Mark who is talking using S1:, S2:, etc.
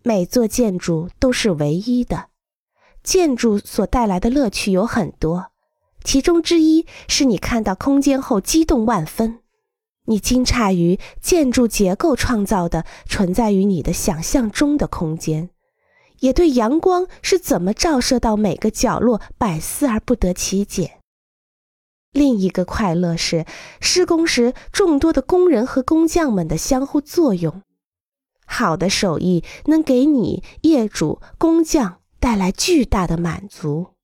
S1: 每座建筑都是唯一的，建筑所带来的乐趣有很多，其中之一是你看到空间后激动万分，你惊诧于建筑结构创造的存在于你的想象中的空间，也对阳光是怎么照射到每个角落百思而不得其解。另一个快乐是施工时众多的工人和工匠们的相互作用。好的手艺能给你业主、工匠带来巨大的满足。